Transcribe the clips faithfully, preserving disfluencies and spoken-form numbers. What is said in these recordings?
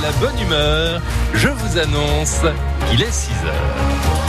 la bonne humeur, je vous annonce qu'il est six heures.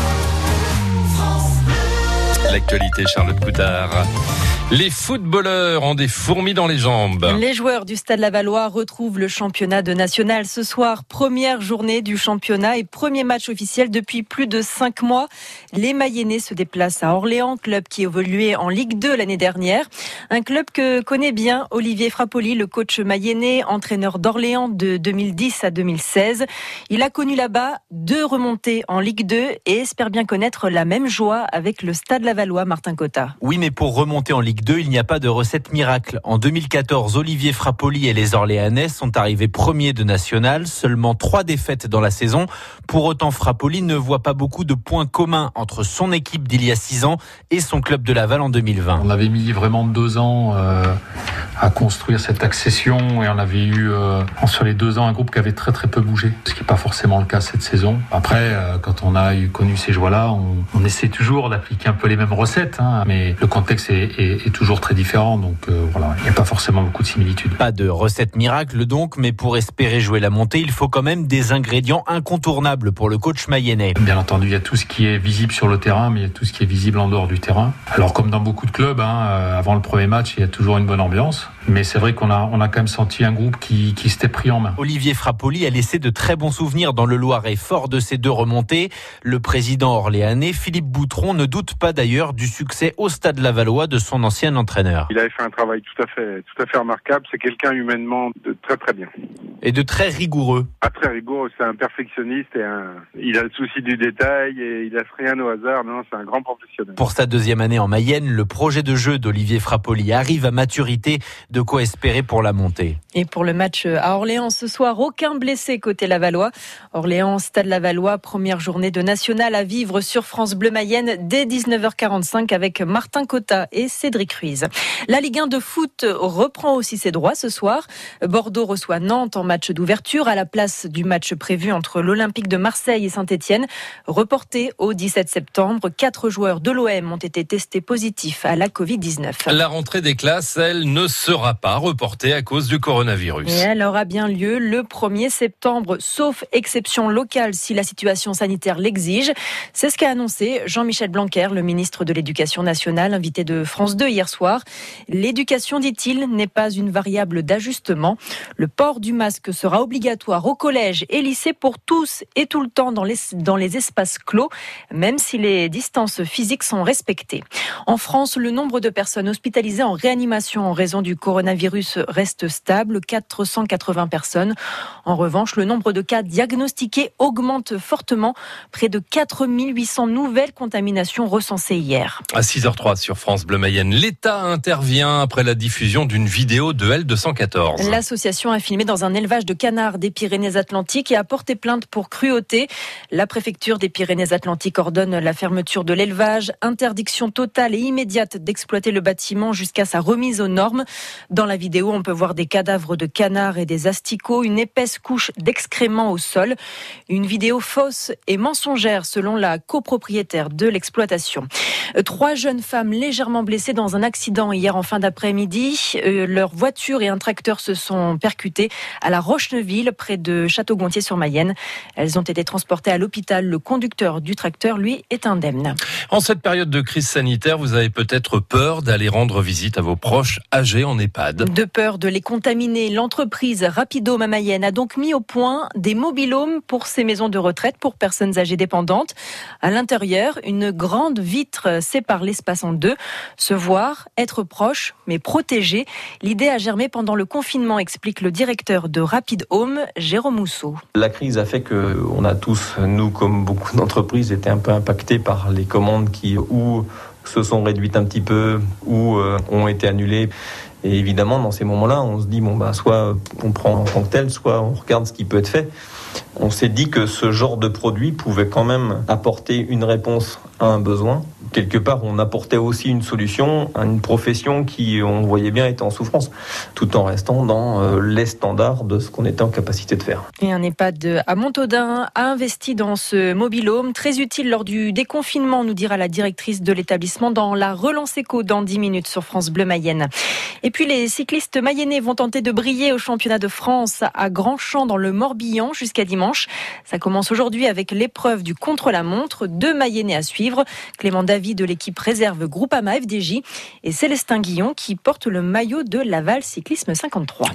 L'actualité, Charlotte Coutard. Les footballeurs ont des fourmis dans les jambes. Les joueurs du Stade Lavallois retrouvent le championnat de national ce soir. Première journée du championnat et premier match officiel depuis plus de cinq mois. Les Mayennais se déplacent à Orléans, club qui évoluait en Ligue deux l'année dernière. Un club que connaît bien Olivier Frappoli, le coach mayennais, entraîneur d'Orléans de deux mille dix à deux mille seize. Il a connu là-bas deux remontées en Ligue deux et espère bien connaître la même joie avec le Stade Lavallois, Martin Cotta. Oui, mais pour remonter en Ligue deux, il n'y a pas de recette miracle. En deux mille quatorze, Olivier Frappoli et les Orléanais sont arrivés premiers de national, seulement trois défaites dans la saison. Pour autant, Frappoli ne voit pas beaucoup de points communs entre son équipe d'il y a six ans et son club de Laval en deux mille vingt. On avait mis vraiment deux ans euh, à construire cette accession et on avait eu euh, sur les deux ans un groupe qui avait très très peu bougé, ce qui n'est pas forcément le cas cette saison. Après, euh, quand on a eu connu ces joies-là, on, on essaie toujours d'appliquer un peu les mêmes recettes, hein, mais le contexte est, est, est toujours très différent, donc euh, voilà, il n'y a pas forcément beaucoup de similitudes. Pas de recette miracle donc, mais pour espérer jouer la montée, il faut quand même des ingrédients incontournables pour le coach mayennais. Bien entendu, il y a tout ce qui est visible sur le terrain, mais il y a tout ce qui est visible en dehors du terrain. Alors comme dans beaucoup de clubs, hein, euh, avant le premier match, il y a toujours une bonne ambiance. Mais c'est vrai qu'on a, on a quand même senti un groupe qui, qui s'était pris en main. Olivier Frappoli a laissé de très bons souvenirs dans le Loiret, fort de ces deux remontées. Le président orléanais, Philippe Boutron, ne doute pas d'ailleurs du succès au Stade Lavallois de son ancien entraîneur. Il avait fait un travail tout à fait, tout à fait remarquable. C'est quelqu'un humainement de très très bien. Et de très rigoureux. Ah, très rigoureux, c'est un perfectionniste et un... il a le souci du détail et il laisse rien au hasard. Non, c'est un grand professionnel. Pour sa deuxième année en Mayenne, le projet de jeu d'Olivier Frappoli arrive à maturité. De quoi espérer pour la montée. Et pour le match à Orléans ce soir, aucun blessé côté Lavallois. Orléans, Stade Lavallois, première journée de national à vivre sur France Bleu Mayenne dès dix-neuf heures quarante-cinq avec Martin Cotta et Cédric Ruiz. La Ligue un de foot reprend aussi ses droits ce soir. Bordeaux reçoit Nantes en match d'ouverture à la place du match prévu entre l'Olympique de Marseille et Saint-Etienne. Reporté au dix-sept septembre, quatre joueurs de l'O M ont été testés positifs à la covid dix-neuf. La rentrée des classes, elle, ne sera pas reportée à cause du coronavirus. Et elle aura bien lieu le premier septembre, sauf exception locale si la situation sanitaire l'exige. C'est ce qu'a annoncé Jean-Michel Blanquer, le ministre de l'Éducation nationale, invité de France deux hier soir. L'éducation, dit-il, n'est pas une variable d'ajustement. Le port du masque sera obligatoire au collège et lycée pour tous et tout le temps dans les, dans les espaces clos, même si les distances physiques sont respectées. En France, le nombre de personnes hospitalisées en réanimation en raison du coronavirus reste stable, quatre cent quatre-vingts personnes. En revanche, le nombre de cas diagnostiqués augmente fortement, près de quatre mille huit cents nouvelles contaminations recensées hier. À six heures trois sur France Bleu Mayenne, l'État intervient après la diffusion d'une vidéo de L deux cent quatorze. L'association a filmé dans un élevage de canards des Pyrénées-Atlantiques et a porté plainte pour cruauté. La préfecture des Pyrénées-Atlantiques ordonne la fermeture de l'élevage, interdiction totale et immédiate d'exploiter le bâtiment jusqu'à sa remise aux normes. Dans la vidéo, on peut voir des cadavres de canards et des asticots, une épaisse couche d'excréments au sol. Une vidéo fausse et mensongère selon la copropriétaire de l'exploitation. Trois jeunes femmes légèrement blessées dans un accident hier en fin d'après-midi. Euh, leur voiture et un tracteur se sont percutés à la Roche-Neuville, près de Château-Gontier-sur-Mayenne. Elles ont été transportées à l'hôpital. Le conducteur du tracteur, lui, est indemne. En cette période de crise sanitaire, vous avez peut-être peur d'aller rendre visite à vos proches âgés en EHPAD. De peur de les contaminer, l'entreprise Rapidome à Mayenne a donc mis au point des mobilhomes pour ces maisons de retraite pour personnes âgées dépendantes. À l'intérieur, une grande vitre sépare l'espace en deux. Se voir, être proche, mais protégé. L'idée a germé pendant le confinement, explique le directeur de Rapid Home, Jérôme Mousseau. La crise a fait qu'on a tous, nous comme beaucoup d'entreprises, été un peu impactés par les commandes qui ou se sont réduites un petit peu ou euh, ont été annulées. Et évidemment, dans ces moments-là, on se dit, bon, bah, soit on prend en tant que tel, soit on regarde ce qui peut être fait. On s'est dit que ce genre de produit pouvait quand même apporter une réponse à un besoin. Quelque part, on apportait aussi une solution à une profession qui, on voyait bien, était en souffrance, tout en restant dans les standards de ce qu'on était en capacité de faire. Et un EHPAD à Montaudin a investi dans ce mobilhome, très utile lors du déconfinement, nous dira la directrice de l'établissement dans la relance éco dans dix minutes sur France Bleu Mayenne. Et puis puis les cyclistes mayennais vont tenter de briller au championnat de France à Grand-Champ dans le Morbihan jusqu'à dimanche. Ça commence aujourd'hui avec l'épreuve du contre-la-montre. Deux mayennais à suivre. Clément David de l'équipe réserve Groupama F D J et Célestin Guillon qui porte le maillot de Laval Cyclisme cinquante-trois.